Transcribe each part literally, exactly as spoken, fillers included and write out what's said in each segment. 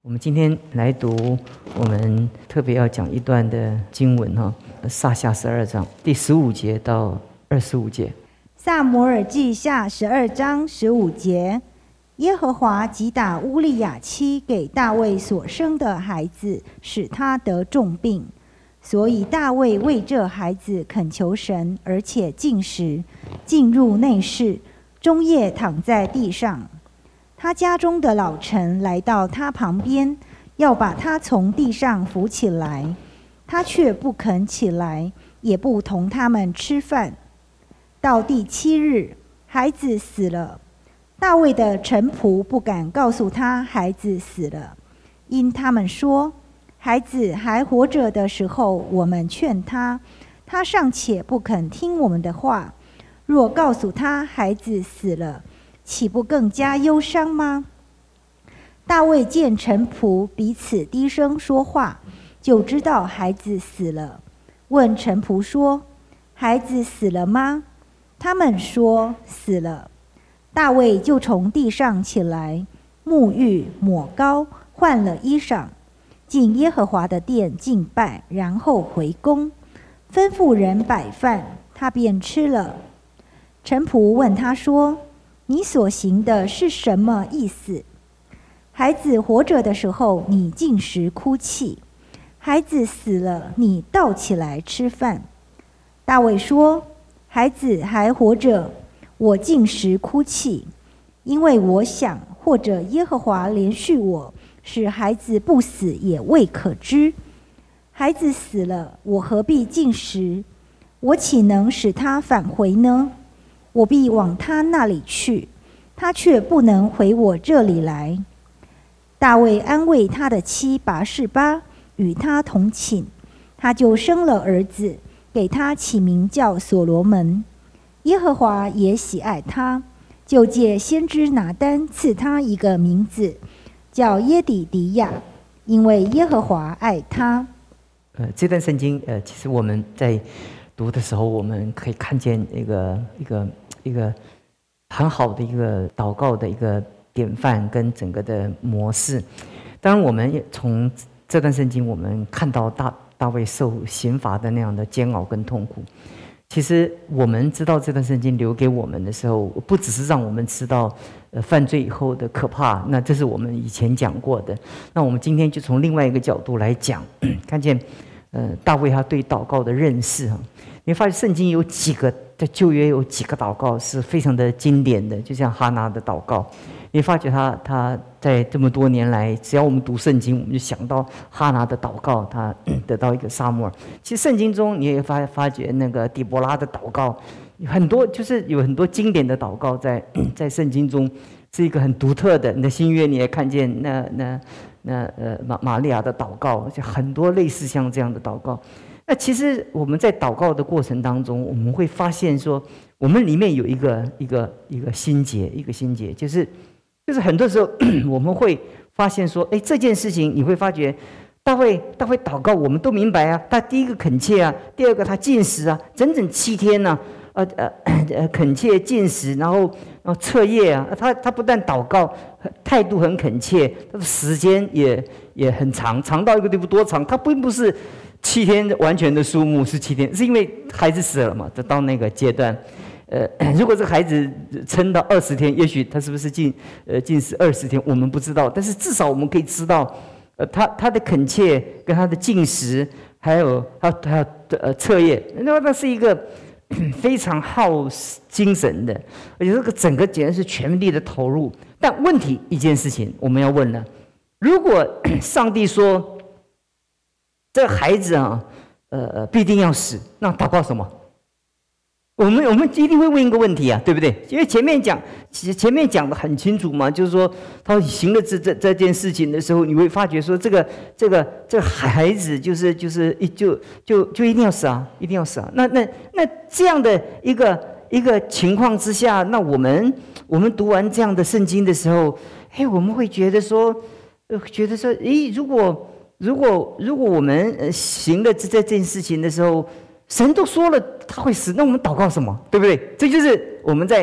我们今天来读，我们特别要讲一段的经文哈，撒下十二章第十五节到二十五节。 撒母耳记下十二章十五节，耶和华击打乌利亚妻给大卫所生的孩子，使他得重病，所以大卫为这孩子恳求神，而且禁食，进入内室，终夜躺在地上。他家中的老臣来到他旁边，要把他从地上扶起来，他却不肯起来，也不同他们吃饭。到第七日，孩子死了。大卫的臣仆不敢告诉他孩子死了，因他们说，孩子还活着的时候，我们劝他，他尚且不肯听我们的话，若告诉他孩子死了，岂不更加忧伤吗？大卫见臣仆彼此低声说话，就知道孩子死了，问臣仆说，孩子死了吗？他们说死了。大卫就从地上起来，沐浴抹膏，换了衣裳，进耶和华的殿敬拜，然后回宫，吩咐人摆饭，他便吃了。臣仆问他说，你所行的是什么意思？孩子活着的时候，你禁食哭泣；孩子死了，你倒起来吃饭。大卫说，孩子还活着，我禁食哭泣，因为我想，或者耶和华怜恤我，使孩子不死也未可知。孩子死了，我何必禁食？我岂能使他返回呢？我必往他那里去，他却不能回我这里来。大卫安慰他的妻拔示巴，与他同寝，他就生了儿子，给他起名叫所罗门。耶和华也喜爱他，就借先知拿单赐他一个名字，叫耶底迪亚，因为耶和华爱他。 呃，这段圣经，呃，其实我们在读的时候，我们可以看见一个一个一个很好的一个祷告的一个典范跟整个的模式。当然，我们也从这段圣经，我们看到大大卫受刑罚的那样的煎熬跟痛苦。其实我们知道这段圣经留给我们的时候，不只是让我们知道呃犯罪以后的可怕，那这是我们以前讲过的。那我们今天就从另外一个角度来讲，看见呃大卫他对祷告的认识哈。你会发现圣经有几个在旧约有几个祷告是非常的经典的，就像哈拿的祷告。你会发觉他他在这么多年来，只要我们读圣经，我们就想到哈拿的祷告，他得到一个撒母耳。其实圣经中你也发发觉那个底波拉的祷告，很多就是有很多经典的祷告在在圣经中是一个很独特的。你的新约你也看见那那那呃玛玛利亚的祷告，就很多类似像这样的祷告。那其实我们在祷告的过程当中，我们会发现说，我们里面有一个一个一个心结，一个心结，就是就是很多时候我们会发现说，哎，这件事情你会发觉，大卫大卫祷告，我们都明白啊，他第一个恳切啊，第二个他禁食啊，整整七天呢、啊，呃呃呃恳切禁食，然后然后彻夜啊，他他不但祷告，态度很恳切，他的时间也也很长，长到一个地步多长？他并不是七天完全的数目是七天，是因为孩子死了嘛，就到那个阶段。呃，如果这个孩子撑到二十天，也许他是不是禁呃禁食二十天，我们不知道。但是至少我们可以知道，呃，他他的恳切跟他的禁食，还有他还有呃彻夜，那么那是一个非常耗精神的，而且这个整个简直是全力的投入。但问题一件事情我们要问了：如果上帝说这个孩子啊，呃必定要死，那祷告什么？我们我们一定会问一个问题啊，对不对？因为前面讲，前面讲的很清楚嘛，就是说他行了这这这件事情的时候，你会发觉说，这个这个这个孩子就是就是一就就就一定要死啊，一定要死啊。那那那这样的一个一个情况之下，那我们我们读完这样的圣经的时候，哎，我们会觉得说，呃，觉得说，诶，如果如果如果我们呃行了这这件事情的时候，神都说了他会死，那我们祷告什么？对不对？这就是我们在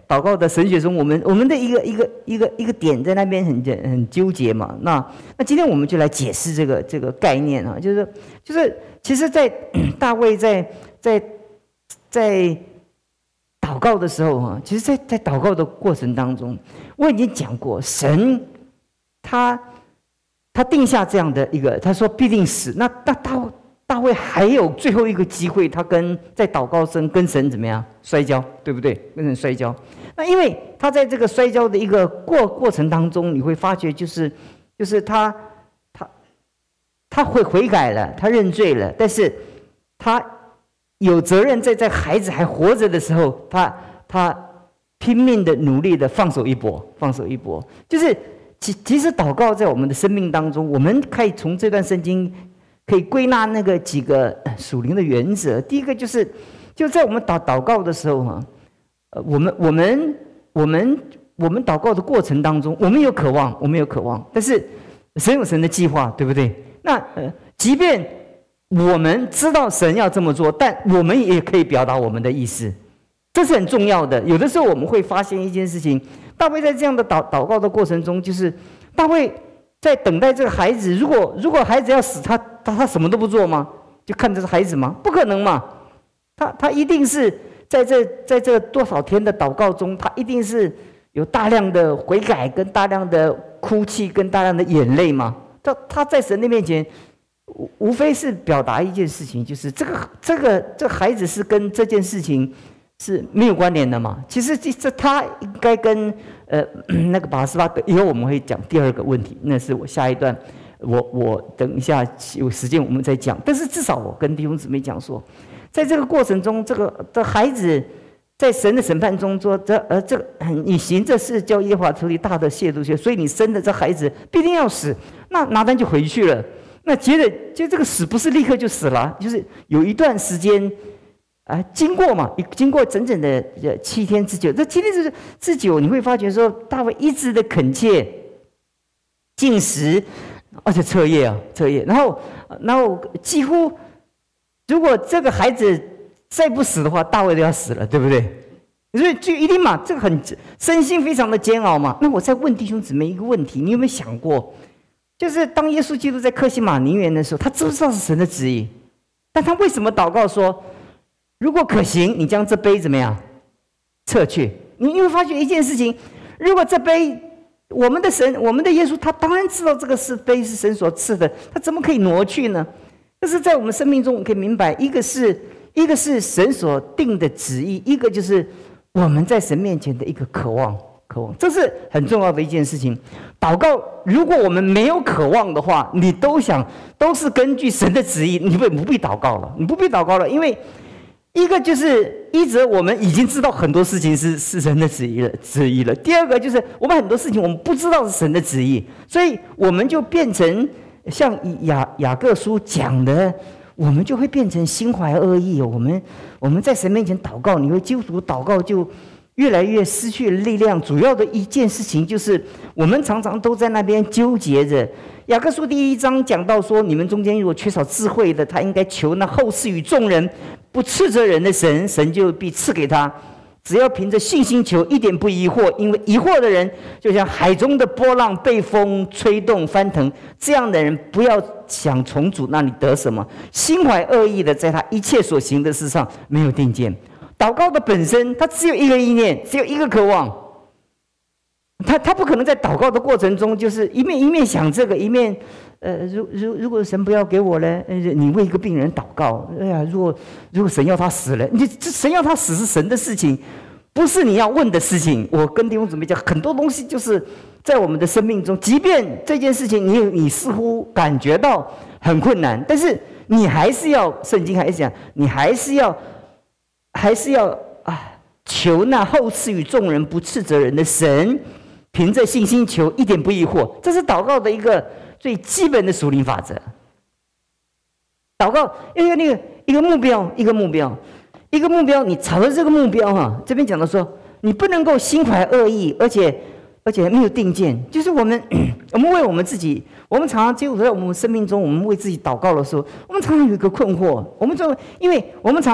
祷告的神学中，我们我们的一个一个一个一个点在那边很很纠结嘛。那那今天我们就来解释这个这个概念啊，就是就是其实在，在大卫在在在祷告的时候啊，其实在在祷告的过程当中，我已经讲过，神他他定下这样的一个，他说必定死。那那大大卫还有最后一个机会，他跟在祷告中跟神怎么样摔跤，对不对？跟神摔跤。那因为他在这个摔跤的一个过过程当中，你会发觉就是就是他他他会悔改了，他认罪了，但是他有责任在在孩子还活着的时候，他他拼命的努力的放手一搏，放手一搏。就是其其实祷告在我们的生命当中，我们可以从这段圣经。可以归纳那个几个属灵的原则。第一个就是，就在我们祷祷告的时候哈，呃，我们我们我们我们祷告的过程当中，我们有渴望，我们有渴望，但是神有神的计划，对不对？那呃，即便我们知道神要这么做，但我们也可以表达我们的意思，这是很重要的。有的时候我们会发现一件事情，大卫在这样的祷祷告的过程中，就是大卫。在等待这个孩子，如果如果孩子要死，他他他什么都不做吗？就看着孩子吗？不可能嘛！他他一定是在这在这多少天的祷告中，他一定是有大量的悔改，跟大量的哭泣，跟大量的眼泪嘛。他他在神的面前，无无非是表达一件事情，就是这个这个这个孩子是跟这件事情是没有关联的嘛。其实这这他应该跟。呃，那个拔示巴，以后我们会讲第二个问题，那是我下一段，我我等一下有时间我们再讲。但是至少我跟弟兄姊妹讲说，在这个过程中，这个的孩子在神的审判中说，这呃这个你行这事叫耶和华仇敌大的亵渎些，所以你生的这孩子必定要死。那拿单就回去了。那接着就这个死不是立刻就死了，就是有一段时间。啊，经过嘛，经过整整的七天之久，这七天之之久，你会发觉说，大卫一直的恳切进食，而且彻夜啊，彻夜，然后，然后几乎，如果这个孩子再不死的话，大卫都要死了，对不对？所以就一定嘛，这个很身心非常的煎熬嘛。那我再问弟兄姊妹一个问题，你有没有想过，就是当耶稣基督在客西马尼园的时候，他知不知道是神的旨意？但他为什么祷告说？如果可行，你将这杯怎么样撤去？你你会发觉一件事情：如果这杯，我们的神，我们的耶稣，他当然知道这个是杯是神所赐的，他怎么可以挪去呢？但是在我们生命中，我们可以明白，一个是一个是神所定的旨意，一个就是我们在神面前的一个渴望，渴望，这是很重要的一件事情。祷告，如果我们没有渴望的话，你都想都是根据神的旨意，你不不必祷告了，你不必祷告了，因为。一个就是一直我们已经知道很多事情是是神的旨意了，旨意了。第二个就是我们很多事情我们不知道是神的旨意，所以我们就变成像雅雅各书讲的，我们就会变成心怀恶意。我们我们在神面前祷告，你会基督徒祷告就越来越失去力量。主要的一件事情就是我们常常都在那边纠结着。雅各书第一章讲到说，你们中间如果缺少智慧的，他应该求那后赐予众人不斥责人的神，神就必赐给他。只要凭着信心求，一点不疑惑，因为疑惑的人就像海中的波浪被风吹动翻腾。这样的人不要想从主那里得什么，心怀恶意的，在他一切所行的事上没有定见。祷告的本身，它只有一个意念，只有一个渴望。他他不可能在祷告的过程中，就是一面一面想这个，一面，呃，如如如果神不要给我呢？呃，你为一个病人祷告，哎呀，如果如果神要他死了，你这神要他死是神的事情，不是你要问的事情。我跟弟兄姊妹讲，很多东西就是在我们的生命中，即便这件事情你你似乎感觉到很困难，但是你还是要，圣经还是讲，你还是要，还是要啊，求那后赐予众人不斥责人的神。凭着信心求，一点不疑惑，这是祷告的一个最基本的属灵法则。祷告要有那个一个目标，一个目标，一个目标，你朝着这个目标哈、啊，这边讲的说，你不能够心怀恶意，而且而且没有定见。就是我们我们为我们自己，我们常常就在我们生命中，我们为自己祷告的时候，我们常常有一个困惑，我们就因为我们常常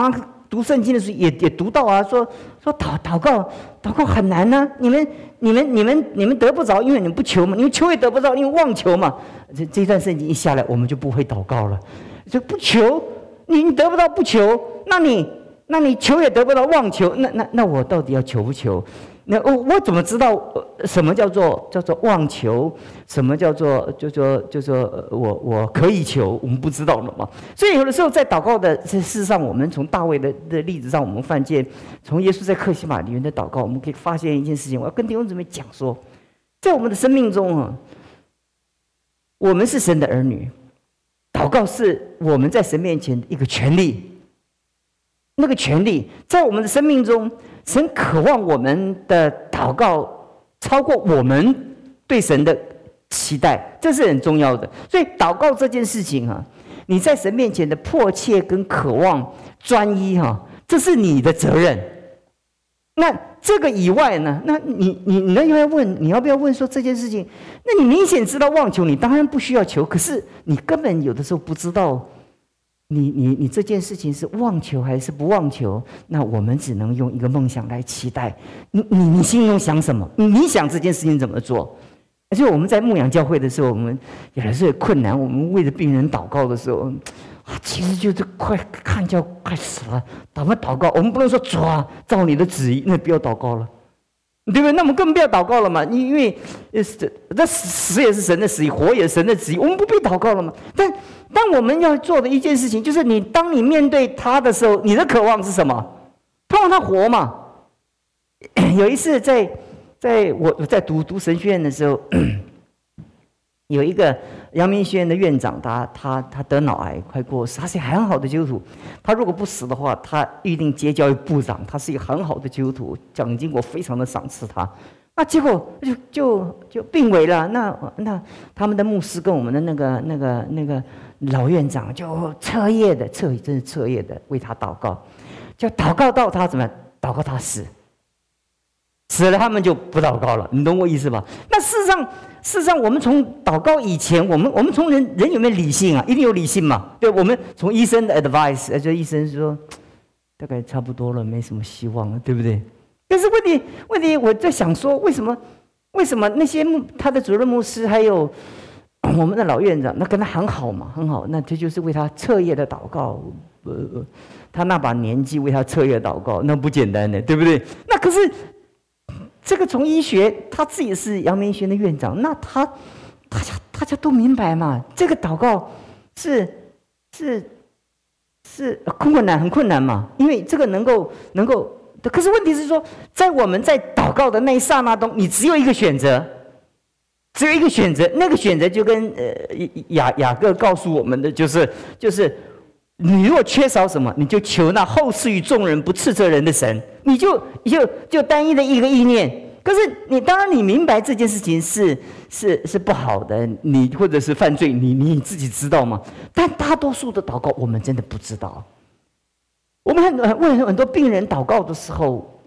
读圣经的时候也也读到啊，说说祷祷告祷告很难呢、啊，你们你们你们你们得不着，因为你们不求嘛，你们求也得不着，因为妄求嘛。这这段圣经一下来，我们就不会祷告了，就不求，你得不到不求，那你那你求也得不到，妄求，那那那我到底要求不求？那我我怎么知道什么叫做叫做妄求？什么叫做就说就说我我可以求？我们不知道了嘛。所以有的时候在祷告的事实上，我们从大卫的的例子上，我们看见从耶稣在客西马尼园的祷告，我们可以发现一件事情。我要跟弟兄姊妹讲说，在我们的生命中啊，我们是神的儿女，祷告是我们在神面前的一个权利。那个权利在我们的生命中，神渴望我们的祷告超过我们对神的期待，这是很重要的。所以祷告这件事情啊，你在神面前的迫切跟渴望、专一哈，这是你的责任。那这个以外呢？那你你你要不要问？你要不要问说这件事情？那你明显知道妄求，你当然不需要求。可是你根本有的时候不知道。你你你这件事情是妄求还是不妄求？那我们只能用一个梦想来期待。你你你心中想什么？你你想这件事情怎么做？而且我们在牧养教会的时候，我们有的时候有困难。我们为着病人祷告的时候，啊，其实就是快看就要快死了，怎么祷告？我们不能说主啊，照你的旨意，那不要祷告了，对不对？那我们更不要祷告了嘛，因为那死也是神的旨意，活也是神的旨意，我们不必祷告了嘛。但但我们要做的一件事情，就是你当你面对他的时候，你的渴望是什么？盼望他活嘛。有一次在在我在读读神学院的时候，有一个阳明学院的院长，他他他得脑癌，快过世，他是很好的基督徒。他如果不死的话，他预定接教育部长，他是一个很好的基督徒，蒋经国非常的赏识他。那结果就就就病危了。那那他们的牧师跟我们的那个那个那个老院长就彻夜的彻真是彻夜的为他祷告，就祷告到他怎么样？祷告他死，死了他们就不祷告了。你懂我意思吧？那事实上，事实上我们从祷告以前，我们我们从人人有没有理性啊？一定有理性嘛？对，我们从医生的 advice， 就医生说大概差不多了，没什么希望了，对不对？但是问题，问题我在想说，为什么，为什么那些他的主任牧师还有我们的老院长，那跟他很好嘛，很好，那这就是为他彻夜的祷告，呃，他那把年纪为他彻夜祷告，那不简单的，对不对？那可是这个从医学，他自己是阳明学院的院长，那他大家大家都明白嘛，这个祷告是是是困难，很困难嘛，因为这个能够能够。可是问题是说，在我们在祷告的那一刹那中，你只有一个选择，只有一个选择。那个选择就跟呃雅雅各告诉我们的，就是就是你如果缺少什么，你就求那后赐予众人不斥责人的神，你就就就单一的一个意念。可是你当然你明白这件事情是是是不好的，你或者是犯罪，你你自己知道吗？但大多数的祷告，我们真的不知道。我们很为很多病人祷告的时候，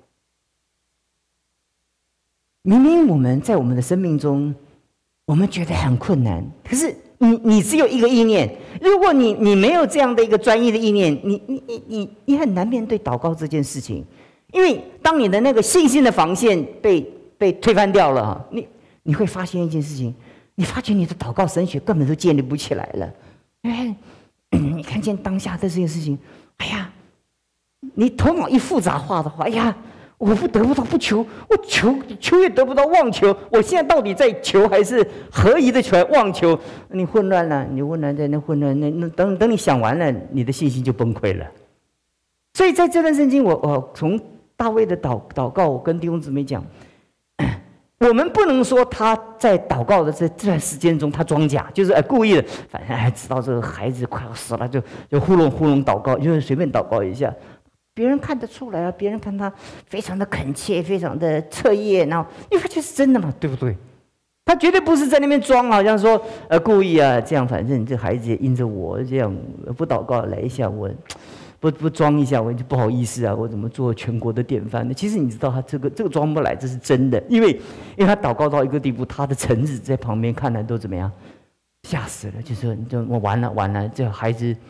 明明我们在我们的生命中，我们觉得很困难，可是你你只有一个意念。如果你你没有这样的一个专一的意念，你你你你你很难面对祷告这件事情，因为当你的那个信心的防线被被推翻掉了，你你会发现一件事情，你发觉你的祷告神学根本都建立不起来了。哎，你看见当下的这件事情，哎呀。你头脑一复杂化的话，哎呀，我不得不到不求，我求求也得不到，妄求，我现在到底在求还是合宜的求，妄求？你混乱了，你混乱在那混乱，那那等等你想完了，你的信心就崩溃了。所以在这段圣经，我我从大卫的祷祷告，我跟弟兄姊妹讲，我们不能说他在祷告的这这段时间中他装假，就是呃故意的，反正还知道这个孩子快要死了，就就糊弄糊弄祷告，就是随便祷告一下。别人看得出来啊，别人看他非常的恳切，非常的彻夜，然后因为他就是真的嘛，对不对？他绝对不是在那边装，好像说呃故意啊，这样反正这孩子也因着我这样不祷告来一下，我不不装一下，我就不好意思啊，我怎么做全国的典范呢？其实你知道他这个这个装不来，这是真的，因为因为他祷告到一个地步，他的臣子在旁边看来都怎么样，吓死了，就说就我完了完了，这孩子。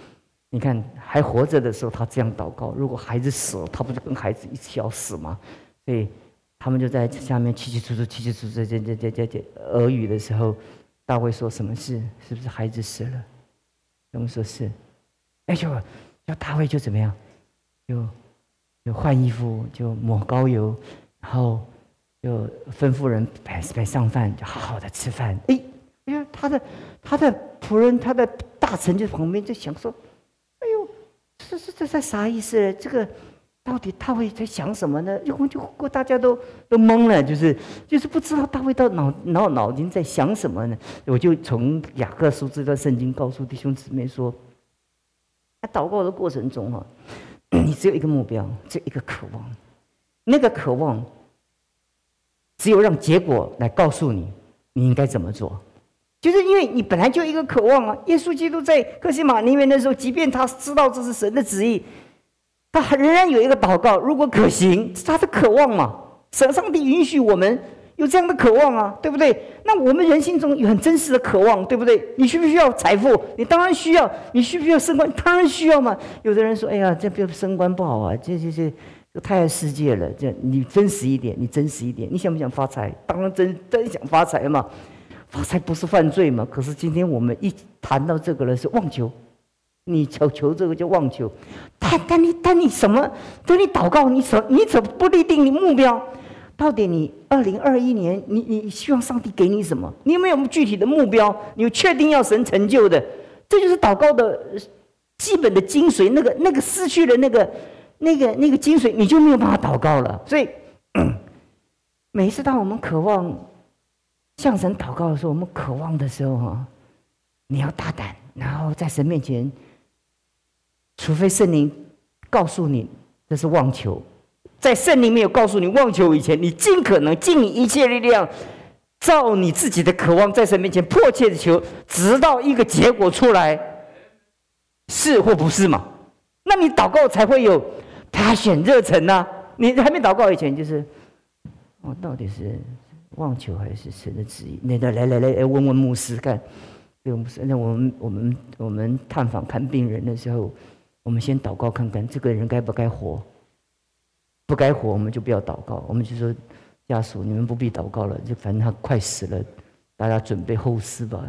你看还活着的时候他这样祷告，如果孩子死了，他不就跟孩子一起要死吗？所以他们就在下面起起楚楚、起起楚楚，这这这这这俄语的时候，大卫说什么事？是不是孩子死了？他们说是，哎就叫大卫就怎么样？就就换衣服，就抹膏油，然后就吩咐人摆摆上饭，就好好的吃饭。哎，哎呀，他的他的仆人，他的大臣就旁边就想说，哎呦，这这这这啥意思？这个到底大卫在想什么呢？就就大家都都懵了，就是就是不知道大卫到脑脑脑筋在想什么呢？我就从雅各书这段圣经告诉弟兄姊妹说，在祷告的过程中啊，你只有一个目标，只有一个渴望，那个渴望只有让结果来告诉你你应该怎么做。就是因为你本来就一个渴望啊，耶稣基督在客西马尼园的时候，即便他知道这是神的旨意，他仍然有一个祷告，如果可行，是他的渴望嘛。神上帝允许我们有这样的渴望啊，对不对？那我们人心中有很真实的渴望，对不对？你需不需要财富？你当然需要。你需不需要升官？当然需要嘛。有的人说：“哎呀，这个升官不好啊，这这这这太爱世界了。”这你真实一点，你真实一点。你想不想发财？当然真真想发财嘛。发财不是犯罪嘛？可是今天我们一谈到这个了，是妄求。你求求这个叫妄求，但但你但你什么？等你祷告，你怎你怎么不立定你目标？到底你二零二一年，你你希望上帝给你什么？你有没有具体的目标？你有确定要神成就的？这就是祷告的基本的精髓。那个那个失去了那个那个那个精髓，你就没有办法祷告了。所以，每一次当我们渴望向神祷告的时候，我们渴望的时候哈，你要大胆，然后在神面前。除非圣灵告诉你这是妄求，在圣灵没有告诉你妄求以前，你尽可能尽你一切力量，照你自己的渴望，在神面前迫切的求，直到一个结果出来，是或不是嘛？那你祷告才会有passion热忱呐。你还没祷告以前，就是我到底是妄求还是神的旨意？那来来来来问问牧师看。对，那我们我们我们探访看病人的时候。我们先祷告看看，这个人该不该活？不该活，我们就不要祷告。我们就说家属，你们不必祷告了，就反正他快死了，大家准备后事吧。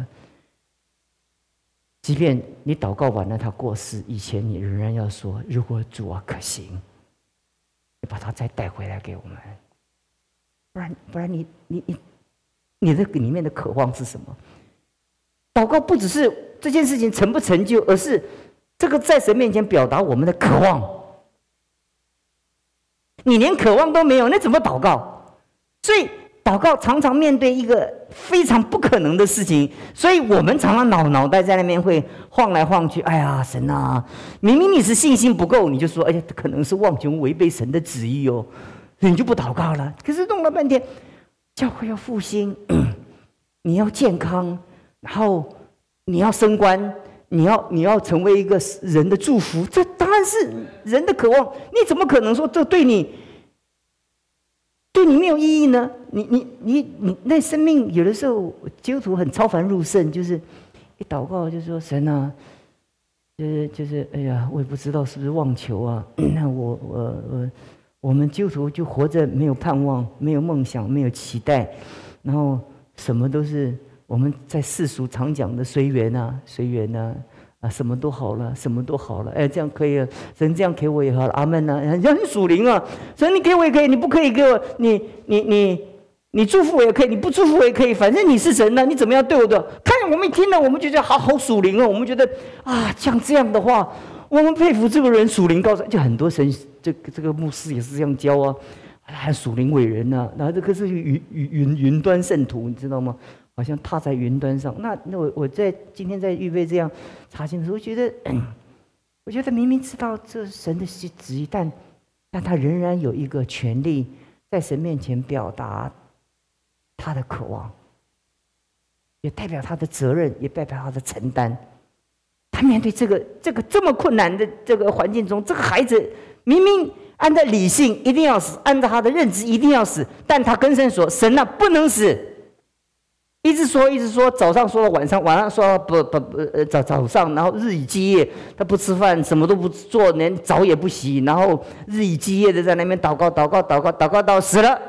即便你祷告完了，他过世以前，你仍然要说：如果主啊可行，你把他再带回来给我们。不然，不然你你你你这里面的渴望是什么？祷告不只是这件事情成不成就，而是。这个在神面前表达我们的渴望，你连渴望都没有，那怎么祷告？所以祷告常常面对一个非常不可能的事情，所以我们常常脑脑袋在那边会晃来晃去。哎呀，神啊，明明你是信心不够，你就说，哎呀，可能是妄求违背神的旨意哦，你就不祷告了。可是弄了半天，教会要复兴，你要健康，然后你要升官。你要你要成为一个人的祝福，这当然是人的渴望。你怎么可能说这对你对你没有意义呢？你你你你那生命有的时候基督徒很超凡入圣，就是一祷告就说神啊，就是就是哎呀，我也不知道是不是妄求啊。那我我我我们基督徒就活着没有盼望，没有梦想，没有期待，然后什么都是。我们在世俗常讲的随缘啊，随缘啊，啊，什么都好了，什么都好了，哎，这样可以了，神这样给我也好了，阿门啊，人家很属灵啊，神你给我也可以，你不可以给我，你你你你祝福我也可以，你不祝福我也可以，反正你是神呢、啊，你怎么样对我的？看我们一听了，我们就觉得好好属灵哦，我们觉得啊，像这样的话，我们佩服这个人属灵高深，就很多神这个这个牧师也是这样教啊，还属灵伟人呐、啊，然后这个是云云云云端圣徒，你知道吗？好像踏在云端上，那那我我在今天在预备这样查经的时候，我觉得，我觉得明明知道这是神的旨意，但但他仍然有一个权利在神面前表达他的渴望，也代表他的责任，也代表他的承担。他面对这个这个这么困难的这个环境中，这个孩子明明按照理性一定要死，按照他的认知一定要死，但他跟神说：“神啊，不能死。” 一直说，一直说，早上说到晚上，晚上说到不不不呃早早上，然后日以继夜，他不吃饭，什么都不做，连澡也不洗，然后日以继夜的在那边祷告，祷告，祷告，祷告到死了，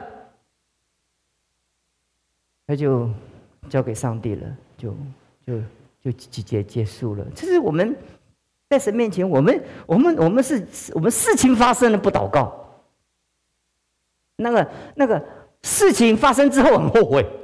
他就交给上帝了，就就就结结结束了。这是我们在神面前，我们我们我们是我们事情发生了不祷告，那个那个事情发生之后很后悔。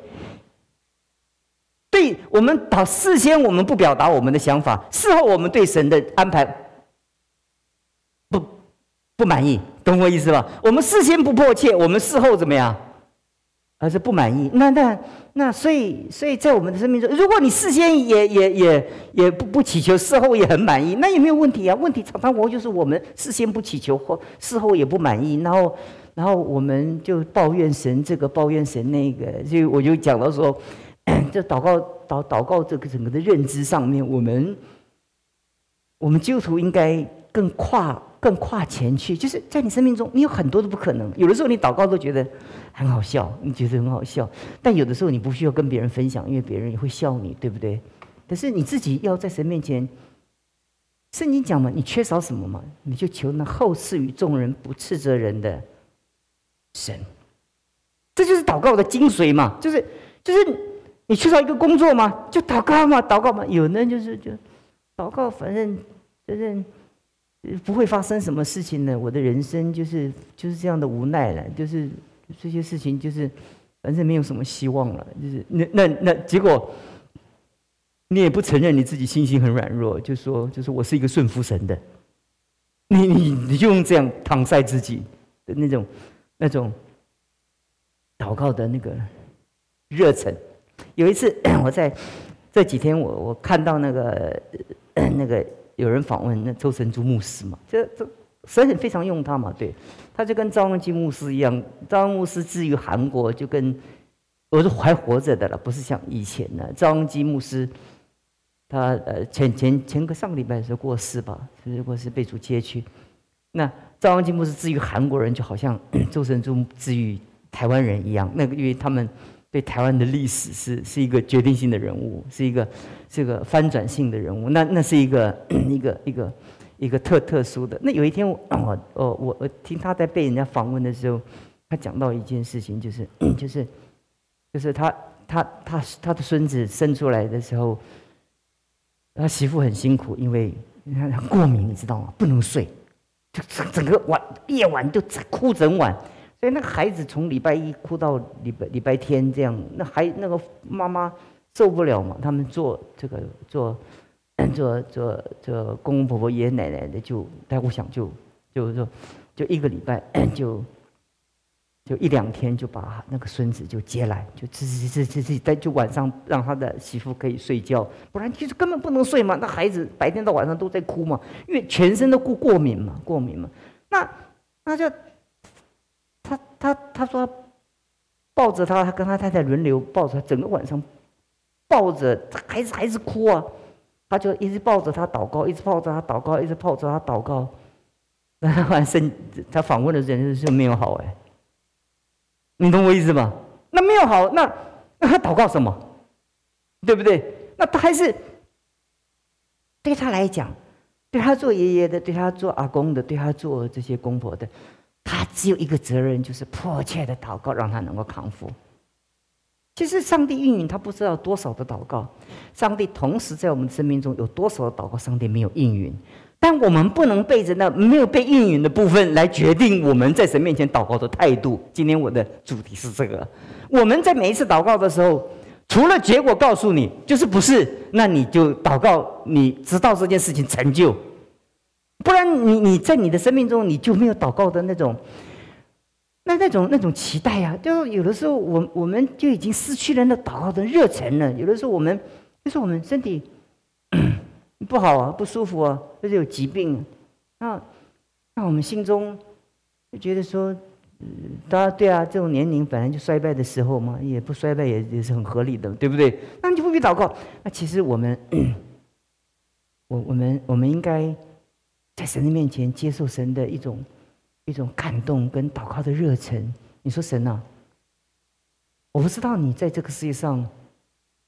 对我们导事先我们不表达我们的想法，事后我们对神的安排不不满意，懂我意思吧？我们事先不迫切，我们事后怎么样？而是不满意。那那那，所以所以在我们的生命中，如果你事先也也也也不不祈求，事后也很满意，那也没有问题啊。问题常常往往就是我们事先不祈求，或事后也不满意，然后然后我们就抱怨神这个，抱怨神那个。所以我就讲到说。就祷告祷祷告这个整个的认知上面，我们我们基督徒应该更跨更跨前去，就是在你生命中，你有很多的不可能。有的时候你祷告都觉得很好笑，你觉得很好笑，但有的时候你不需要跟别人分享，因为别人也会笑你，对不对？可是你自己要在神面前，圣经讲嘛，你缺少什么嘛，你就求那后赐予众人不斥责人的神，这就是祷告的精髓嘛，就是就是。你缺少一个工作吗？就祷告嘛，祷告嘛。有人就是就祷告，反正反正不会发生什么事情的。我的人生就是就是这样的无奈了，就是这些事情就是反正没有什么希望了。就是那那那结果，你也不承认你自己信心很软弱，就说就是我是一个顺服神的。你你你就用这样搪塞自己的那种那种祷告的那个热忱。有一次，我在这几天我，我我看到那个那个有人访问那周神珠牧师嘛，这这神很非常用他嘛，对，他就跟赵文基牧师一样，赵文牧师至于韩国就跟我是还活着的了，不是像以前的赵文基牧师，他呃前前前个上个礼拜的时候过世吧，是过世被主接去。那赵文基牧师至于韩国人，就好像周神珠至于台湾人一样，那个因为他们。对台湾的历史是是一个决定性的人物，是一个是个翻转性的人物。那那是一个一个一个一个特特殊的。那有一天我我我我听他在被人家访问的时候，他讲到一件事情，就是就是就是他他他他的孙子生出来的时候，他媳妇很辛苦，因为他过敏，你知道吗？不能睡，就整整个晚夜晚就哭整晚。所以那个孩子从礼拜一哭到礼拜礼拜天这样，那还那个妈妈受不了嘛？他们做这个做做做做公公婆婆爷爷奶奶的就，但我想就就就就一个礼拜就就一两天就把那个孙子就接来，就自己自己自己在就晚上让他的媳妇可以睡觉，不然其实根本不能睡嘛。那孩子白天到晚上都在哭嘛，因为全身都过过敏嘛，过敏嘛。那那就。他他他说他抱着他，他跟他太太轮流抱着他，整个晚上抱着孩子还是哭啊，他就一直抱着他祷告，一直抱着他祷告，一直抱着他祷告。那晚上他访问的人是没有好哎，你懂我意思吗？那没有好，那那他祷告什么？对不对？那他还是对他来讲，对他做爷爷的，对他做阿公的，对他做这些公婆的。他只有一个责任，就是迫切的祷告，让他能够康复。其实上帝应允他不知道多少的祷告，上帝同时在我们的生命中有多少的祷告，上帝没有应允。但我们不能背着那没有被应允的部分来决定我们在神面前祷告的态度。今天我的主题是这个：我们在每一次祷告的时候，除了结果告诉你就是不是，那你就祷告，你直到这件事情成就。不然你你在你的生命中你就没有祷告的那种，那那种那种期待啊，就是有的时候我我们就已经失去了那祷告的热忱了。有的时候我们就是我们身体不好啊，不舒服啊，就是有疾病，那那我们心中就觉得说，大家对啊，这种年龄本来就衰败的时候嘛，也不衰败也也是很合理的，对不对？那你就不必祷告。那其实我们，我我们我们应该。在神的面前接受神的一种一种感动跟祷告的热忱。你说神啊，我不知道你在这个世界上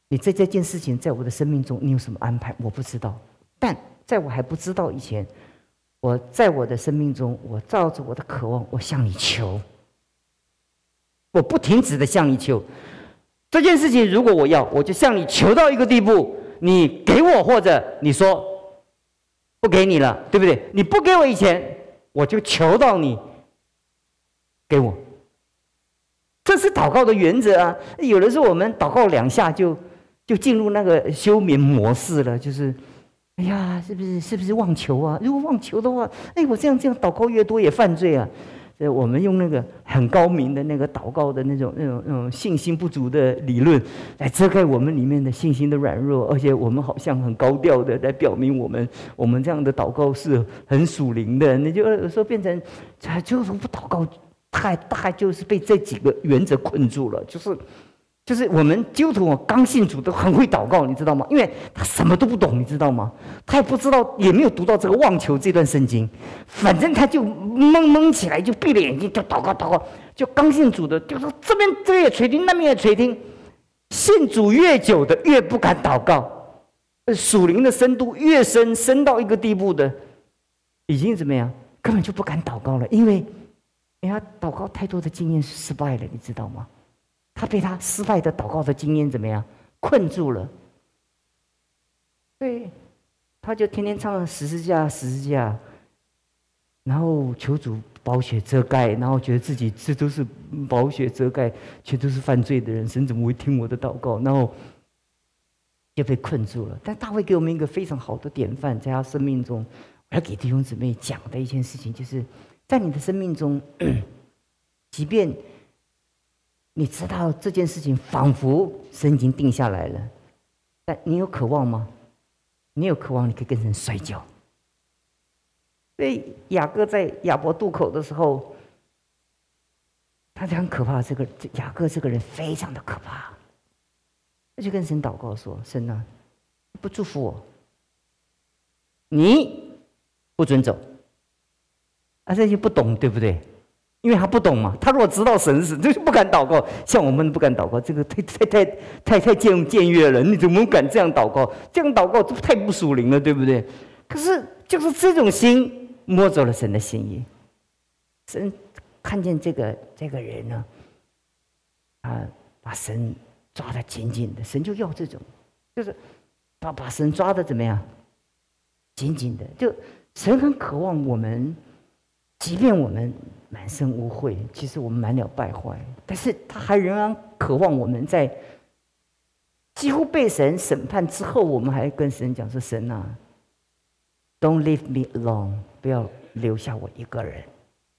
你在这件事情在我的生命中你有什么安排？我不知道。但在我还不知道以前，我在我的生命中，我照着我的渴望，我向你求，我不停止的向你求。这件事情如果我要，我就向你求到一个地步，你给我，或者你说不给你了，对不对？你不给我以前，我就求到你给我。这是祷告的原则啊！有的时候我们祷告两下就就进入那个休眠模式了，就是，哎呀，是不是是不是妄求啊？如果妄求的话，哎，我这样这样祷告越多也犯罪啊！所以我们用那个很高明的那个祷告的那种那种那种信心不足的理论来遮盖我们里面的信心的软弱，而且我们好像很高调的来表明我们我们这样的祷告是很属灵的，那就有时候变成就是不祷告。大概大概就是被这几个原则困住了，就是就是我们基督徒刚信主都很会祷告，你知道吗？因为他什么都不懂，你知道吗？他也不知道，也没有读到这个妄求这段圣经，反正他就蒙蒙起来，就闭着眼睛就祷告祷告，就刚信主的，就是这边这边也垂听，那边也垂听。信主越久的越不敢祷告，属灵的深度越深，深到一个地步的，已经怎么样？根本就不敢祷告了，因为。因为他祷告太多的经验是失败了，你知道吗？他被他失败的祷告的经验怎么样困住了？对，他就天天唱十字架，十字架，然后求主宝血遮盖，然后觉得自己这都是宝血遮盖，全都是犯罪的人，神怎么会听我的祷告？然后就被困住了。但大卫给我们一个非常好的典范，在他生命中，我要给弟兄姊妹讲的一件事情就是。在你的生命中，即便你知道这件事情仿佛神已经定下来了，但你有渴望吗？你有渴望，你可以跟神摔跤。所以雅各在亚伯渡口的时候，他很可怕。这个雅各这个人非常的可怕，他就跟神祷告说：“神啊，不祝福我，你不准走。”他这些不懂，对不对？因为他不懂嘛。他如果知道神是，就是不敢祷告。像我们不敢祷告，这个太太太太太僭僭越了。你怎么敢这样祷告？这样祷告这太不属灵了，对不对？可是就是这种心摸走了神的心意。神看见这个这个人呢，啊，把神抓得紧紧的。神就要这种，就是把把神抓得怎么样？紧紧的。就神很渴望我们。即便我们满身污秽，其实我们满了败坏，但是他还仍然渴望我们在几乎被神审判之后，我们还跟神讲说：“神啊 ，Don't leave me alone， 不要留下我一个人。”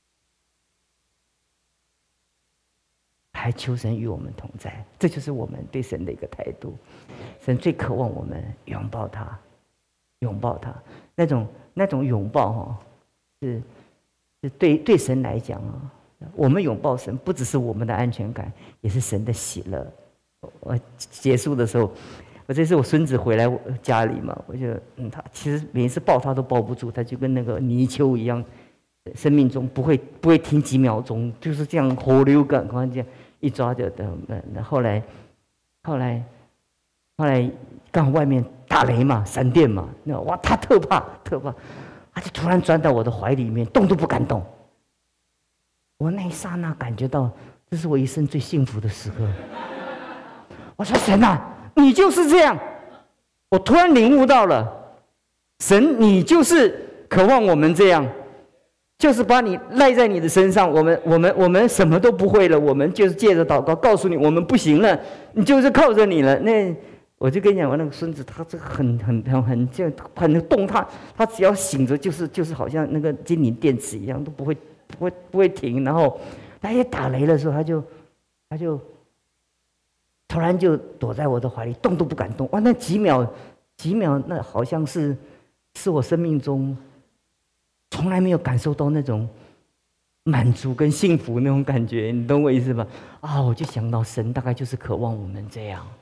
还求神与我们同在，这就是我们对神的一个态度。神最渴望我们拥抱他，拥抱他，那种那种拥抱哈，是。对对神来讲啊，我们拥抱神，不只是我们的安全感，也是神的喜乐。我结束的时候，我这次我孙子回来家里嘛，我就嗯，他其实每一次抱他都抱不住，他就跟那个泥鳅一样，生命中不会不会停几秒钟，就是这样河流感，好像这样一抓就的。那后来后来后来刚好外面打雷嘛，闪电嘛，那哇，他特怕特怕。他就突然钻到我的怀里面，动都不敢动。我那一刹那感觉到，这是我一生最幸福的时刻。我说：“神啊，你就是这样。”我突然领悟到了，神，你就是渴望我们这样，就是把你赖在你的身上。我们、我们、我们什么都不会了，我们就是借着祷告告诉你，我们不行了，你就是靠着你了。那。我就跟你讲，我那个孙子，他这个很很很很就很动，他他只要醒着，就是就是好像那个金银电池一样，都不会不会不会停。然后他一打雷的时候，他就他就突然就躲在我的怀里，动都不敢动。哇，那几秒几秒，那好像是是我生命中从来没有感受到那种满足跟幸福那种感觉，你懂我意思吧？啊，我就想到神大概就是渴望我们这样。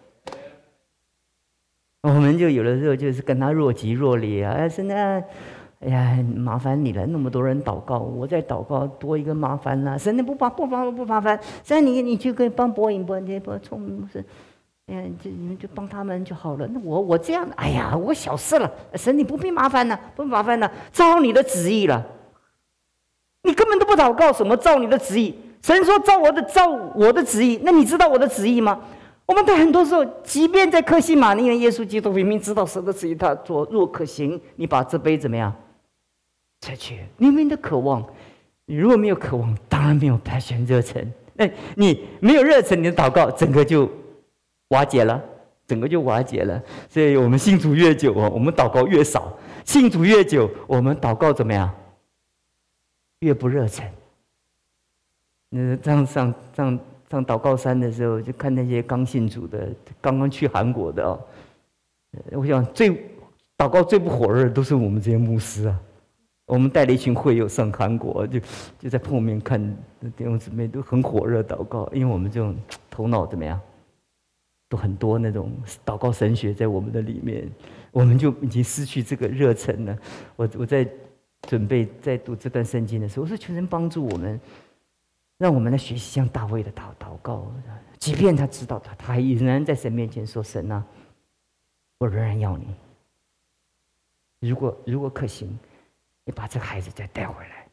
我们就有的时候就是跟他若即若离啊，哎，神啊，哎呀，麻烦你了，那么多人祷告，我在祷告多一个麻烦啦，神你不麻不麻不麻烦，神你你去跟帮播音播音播充是， 哎呀，这你们就帮他们就好了。那我我这样，哎呀，我小事了，神你不必麻烦了，不麻烦了，照你的旨意了。你根本都不祷告，什么照你的旨意？神说照我的照我的旨意，那你知道我的旨意吗？我们在很多时候，即便在客西马尼园，耶稣基督明明知道神的旨意，他说若可行，你把这杯怎么样拆去？你们的渴望，你如果没有渴望，当然没有 passion 热忱。哎，你没有热忱，你的祷告整个就瓦解了，整个就瓦解了。所以我们信主越久哦，我们祷告越少；信主越久，我们祷告怎么样？越不热忱。那这样上上上祷告山的时候，就看那些刚信主的、刚刚去韩国的哦。我想最祷告最不火热的都是我们这些牧师啊。我们带了一群会友上韩国，就就在后面看弟兄姊妹都很火热祷告，因为我们这种头脑怎么样，都很多那种祷告神学在我们的里面，我们就已经失去这个热忱了。我我在准备在读这段圣经的时候，我说求神帮助我们，让我们来学习像大卫的祷祷告，即便他知道他，他还仍然在神面前说：“神啊，我仍然要你。如果如果可行。”你把这个孩子再带回来。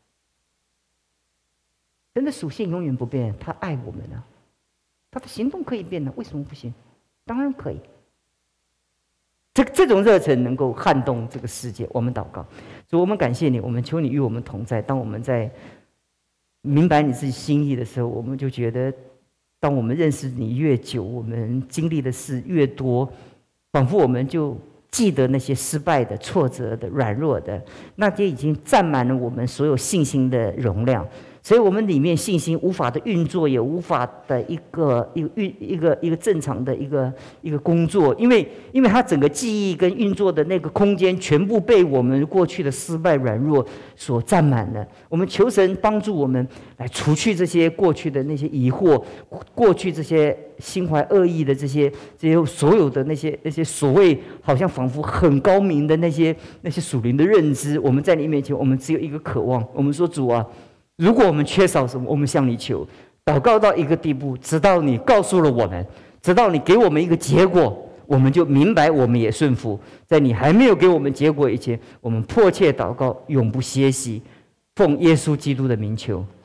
神的属性永远不变，他爱我们啊，他的行动可以变的，为什么不行？当然可以。这这种热忱能够撼动这个世界。我们祷告，所以我们感谢你，我们求你与我们同在。当我们在明白你自己心意的时候，我们就觉得，当我们认识你越久，我们经历的事越多，仿佛我们就记得那些失败的、挫折的、软弱的，那些已经占满了我们所有信心的容量，所以我们里面信心无法的运作，也无法的一个一个运一个一个正常的一个一个工作，因为因为它整个记忆跟运作的那个空间全部被我们过去的失败、软弱所占满了。我们求神帮助我们来除去这些过去的那些疑惑，过去这些心怀恶意的这些这些所有的那些那些所谓好像仿佛很高明的那些那些属灵的认知，我们在你面前，我们只有一个渴望，我们说主啊。如果我们缺少什么，我们向你求，祷告到一个地步，直到你告诉了我们，直到你给我们一个结果，我们就明白，我们也顺服。在你还没有给我们结果以前，我们迫切祷告，永不歇息，奉耶稣基督的名求，